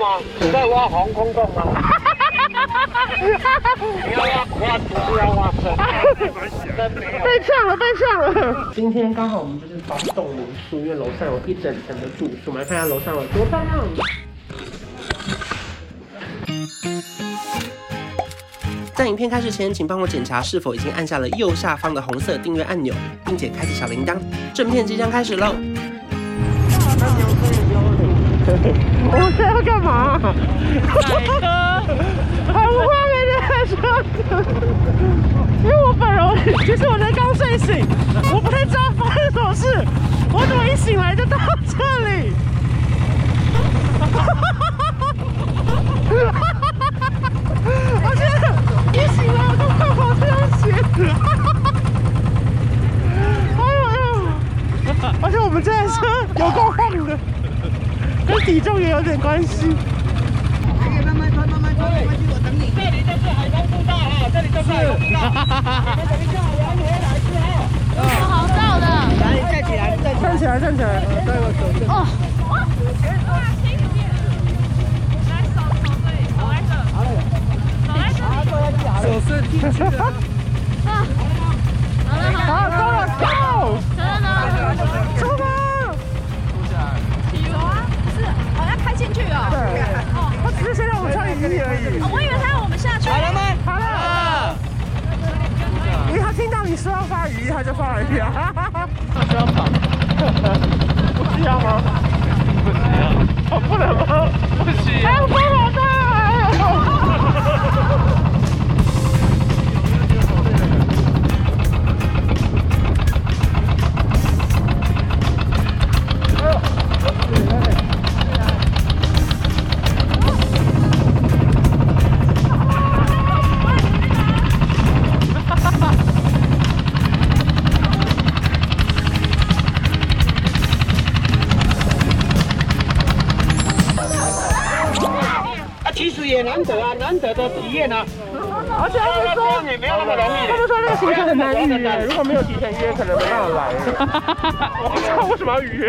吗？你在挖防空洞吗？你要挖宽，不是要挖深。 被呛了，被呛了。今天刚好我们就是包栋民宿，因为楼上有一整层的住宿，我们来看一下楼上有多漂亮。在影片开始前，请帮我检查是否已经按下了右下方的红色订阅按钮，并且开启小铃铛。正片即将开始喽！我们现在要干嘛？买车，很荒谬的车。因为我本人其实我才刚睡醒，我不太知道发生什么事，我怎么一醒来就到这里？而且一醒来我就快跑这双鞋。而且我们这台车有够晃的。跟体重也有点关系。慢慢穿，慢慢穿，没关系，我等你。这里就是海东步道哈，这里就是海东步道。等一下，杨爷来吃哦。好照的。来，站起来，站起来，站起来。带我手这。哦。来手这里，手来这。好嘞。手来这里。手是进去的。啊。好了，好了，走了，走。走。出发。进去哦，对，他只是先让我们穿雨衣而已。我以为他让我们下去。好了吗？好了。因为他听到你说要发雨衣，他就发了雨衣。他就要跑。不需要吗？不需要。不能吗？不需要。还有风好大。也难得啊，难得的体验啊！而且他们说也没有那么容易。他们说这个行程很难预约，如果没有提前约，可能没办法来。我不知道为什么要预约。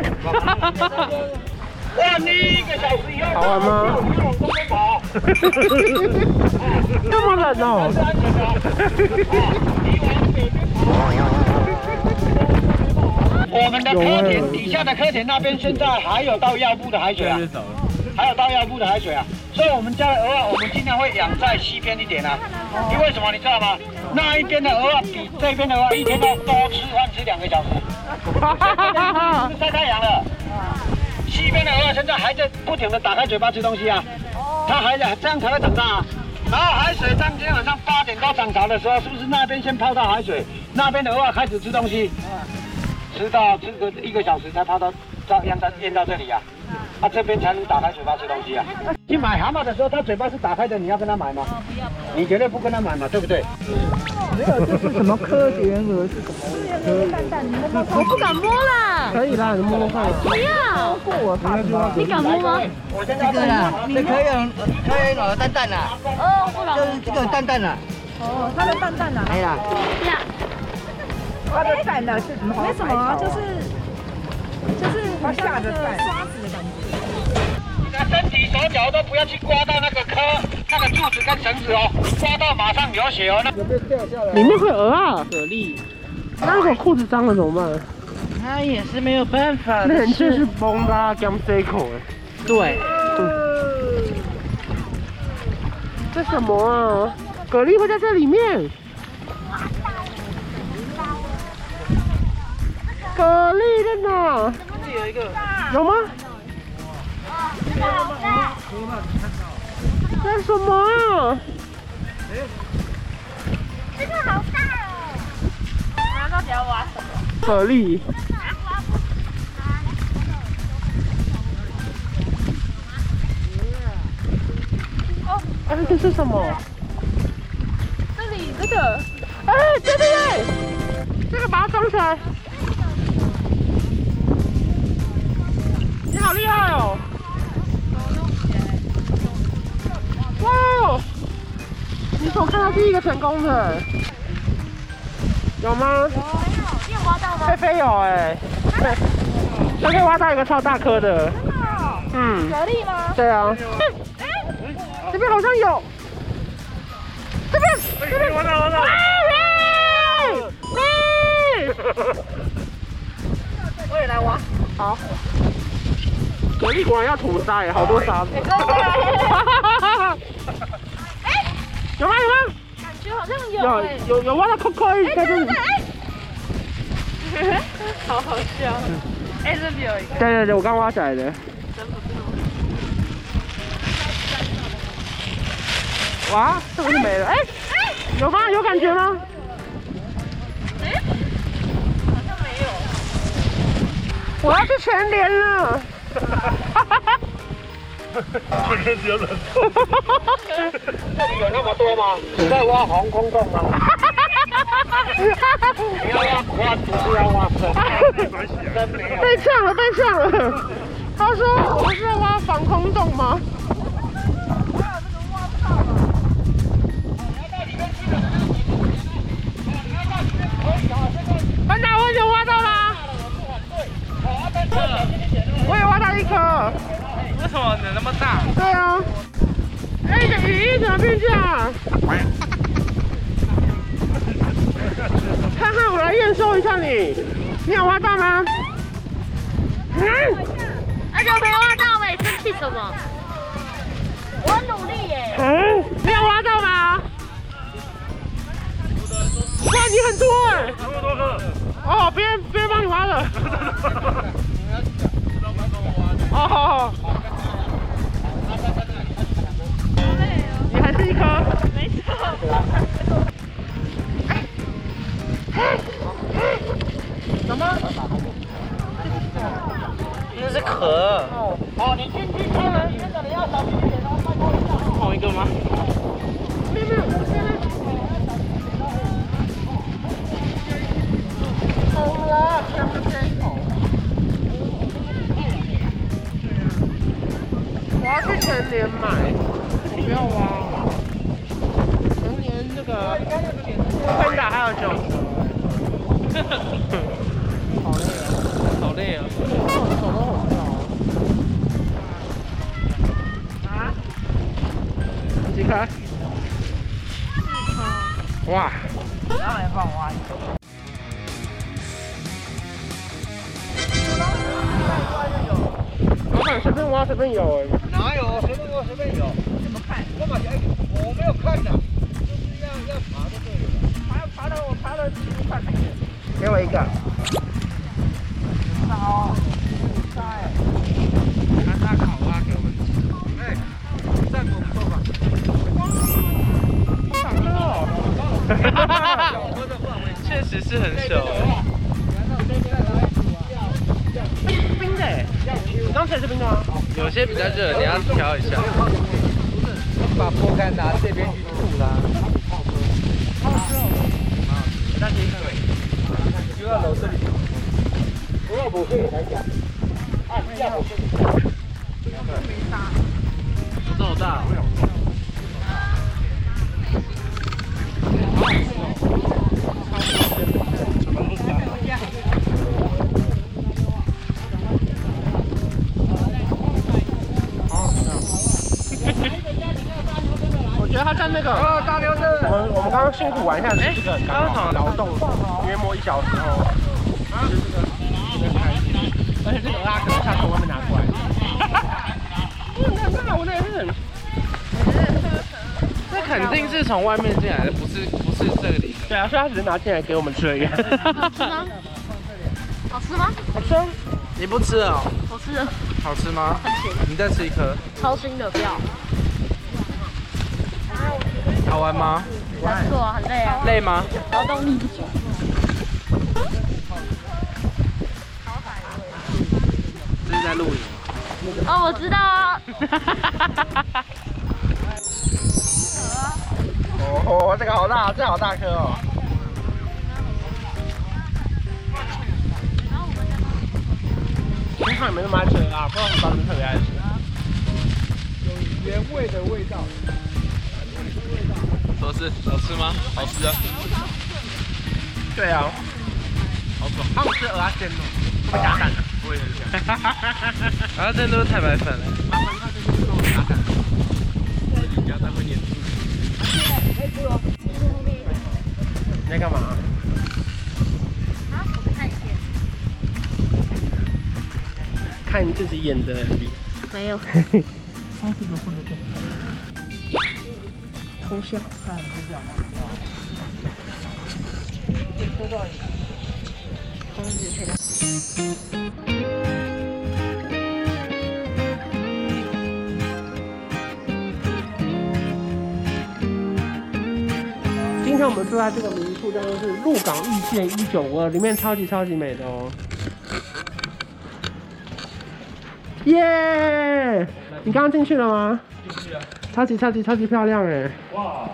哇，你1个小时以后好玩吗？往东边跑。这么冷哦！我们的科田底下的科田那边现在还有到药部的海水啊，还有到药部的海水啊。所以我们家的鹅啊，我们尽量会养在西边一点啊。因为什么你知道吗？那一边的鹅啊比这边的鹅一天要多吃饭吃2个小时。是晒太阳了。西边的鹅现在还在不停的打开嘴巴吃东西啊，它还在这样才会长大啊。然后海水当天晚上8点多涨潮的时候，是不是那边先泡到海水，那边的鹅啊开始吃东西，吃个1个小时才泡到淹到这里啊。它这边才能打开嘴巴吃东西啊！去买蛤蟆的时候，它嘴巴是打开的，你要跟它买吗？不要。你绝对不跟它买嘛，对不对？没有，这是什么科田鹅是什么？蛋蛋，你摸摸看。我不敢摸啦。可以啦，你摸摸看。不要。摸过我怕吗？你敢摸吗？这个啦，这可以有蛋蛋啦。哦，不能。就是这个蛋蛋啦。哦，它的蛋蛋啦。哎呀。呀。它的蛋呢是什么？没什么啊，就是它下的蛋。刷子的感觉。身体手脚都不要去刮到那个柱子跟绳子哦，刮到马上流血哦。有没有掉下来？里面会有鹅啊，蛤蜊。那如果裤子脏了怎么办？那也是没有办法。那这是崩啦，跟这口哎。对。这什么啊？蛤蜊会在这里面。蛤蜊在哪？这里有一个。有吗？这是什么啊？这个好大哦！然后到底要挖什么？蛤蜊。哦，哎，这是什么？这里这个，哎，对，这个把它装起来。你好厉害哦！哇！你是我看到第一个成功的，有吗？你有挖到吗？菲菲有哎，菲菲挖到一个超大颗的。真的哦？ 嗯。 蛤蜊吗？ 对啊。这边好像有。这边。 完了！ 我也来挖。 好。蛤蜊果然要吐沙耶，好多沙子。有吗？ 感觉好像有挖到扣扣一在这里。 好好笑。哎，这里有一个。 对，我刚挖起来的。哇，这不是没了？有吗？有感觉吗？ 好像没有。 我要去全联了。 今天只有人。这里有那么多吗？你在挖红空洞吗？你要挖主是要挖深，真没有。 被呛了。他说我们是在挖防空洞吗？班长，我已经挖到啦！我也挖到一颗。 为什么能那么大？ 对啊。你的语音怎么变这样？看看，我来验收一下你。你有挖到吗？ 而且我没挖到哎，生气什么？我很努力耶。 你有挖到吗？哇，你很多哎！ 这么多个。 哦，别人帮你挖了。哦。你还是一颗。 没错。 什么？ 那是壳。 哦，你进去看了，你那里要小心一点哦，拜托一下。 同一个吗？没有。好了，看不见。我要去全联买，我不要挖。全联那个芬达还有9折。 好累啊！ 手都很跳。啊？几颗？哇！ 然后来帮我挖一个。 老板随便挖随便有哎。 哪有？随便挖随便有。怎么看？我没有看的，就是要爬就对了。我爬了几块钱。 给我一个。 好，在。拿大烤蛙给我们吃。哎，战果不错吧？ 大哥哦。 确实是很熟。 冰的哎。你刚才是冰的吗？ 有些比较热，你要调一下。把锅盖拿这边去吐啦。那是一个。就要楼这里。 不要补税来讲，要补税。 这么大。 我觉得他在那个大牛子。 我们刚刚辛苦玩一下，这个刚好劳动约莫1小时后，就这个开心，而且这个拉可能下从外面拿过来。你看大，我那也是。 这肯定是从外面进来的，不是这里。 对啊，所以他只是拿进来给我们吃而已。 好吃吗？ 好吃啊！ 你不吃哦？ 好吃的。 好吃吗？ 很甜。 你再吃一颗。 超新的，不要。 好玩吗？ 不错，很累啊。 累吗？ 劳动力不足。 这是在录影。 哦，我知道啊。 哦，这个好大，这好大颗哦。平常也没那么爱吃辣，不知道什么时候特别爱吃。 有原味的味道。说是好吃吗？好吃啊。 对啊。 好爽。他们吃鹅煎哦，会加蛋的，我也很想。鹅煎都是太白粉了。麻烦他就是给我加蛋，加蛋会粘住。你在干嘛？ 啊，我看见。 看你自己演的脸。 没有。 偷笑。今天我们住在这个民宿，叫做是鹿港御县192，里面超级美的哦。耶！你刚刚进去了吗？进去了。超级漂亮哎！哇！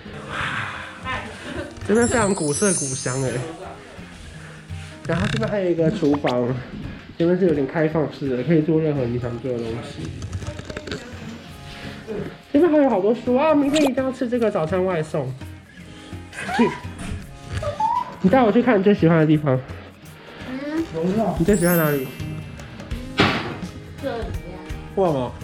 这边非常古色古香哎。然后这边还有一个厨房，这边是有点开放式的，可以做任何你想做的东西。这边还有好多书啊！明天一定要吃这个早餐外送。你带我去看你最喜欢的地方。你最喜欢哪里？ 这里。 为什么？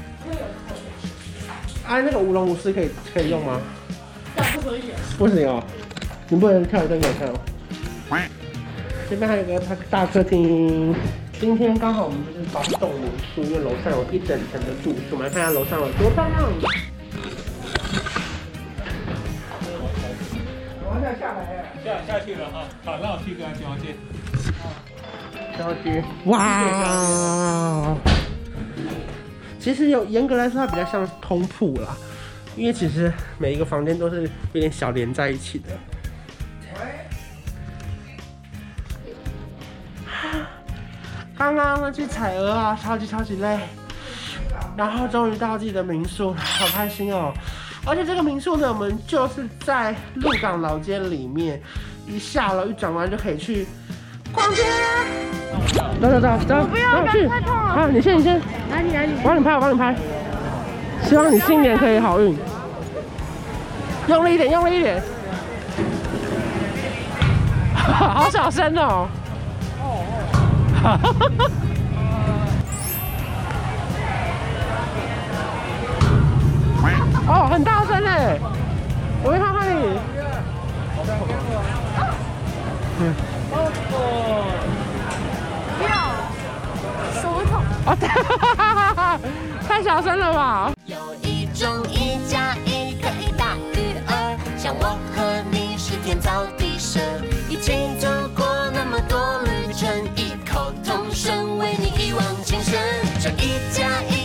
那个舞龙舞狮可以用吗？ 不可以。 不行哦，你不能跳一段给我看哦。这边还有个大客厅，今天刚好我们就是包栋民宿，因为楼上有一整层的住宿，我们来看一下楼上有多漂亮。我现在下来了， 下去了哈，好，那我去跟他交接。 交接，哇！其实严格来说，它比较像通铺啦，因为其实每一个房间都是有点小连在一起的。刚刚呢去采鹅啊，超级累，然后终于到自己的民宿，好开心哦！而且这个民宿呢，我们就是在鹿港老街里面，一下楼一转弯就可以去逛街。走， 我不要， 去。 太痛了。 好，你先。 哪里？ 我帮你拍。希望你新年可以好运。用力一点。好小声哦。哦，很大声哎！我会看看你。 不要，手会痛。 太小声了吧！ 有一种1+1可以大于2，像我和你是天造地设，一起走过那么多旅程，异口同声为你一往情深。这1+1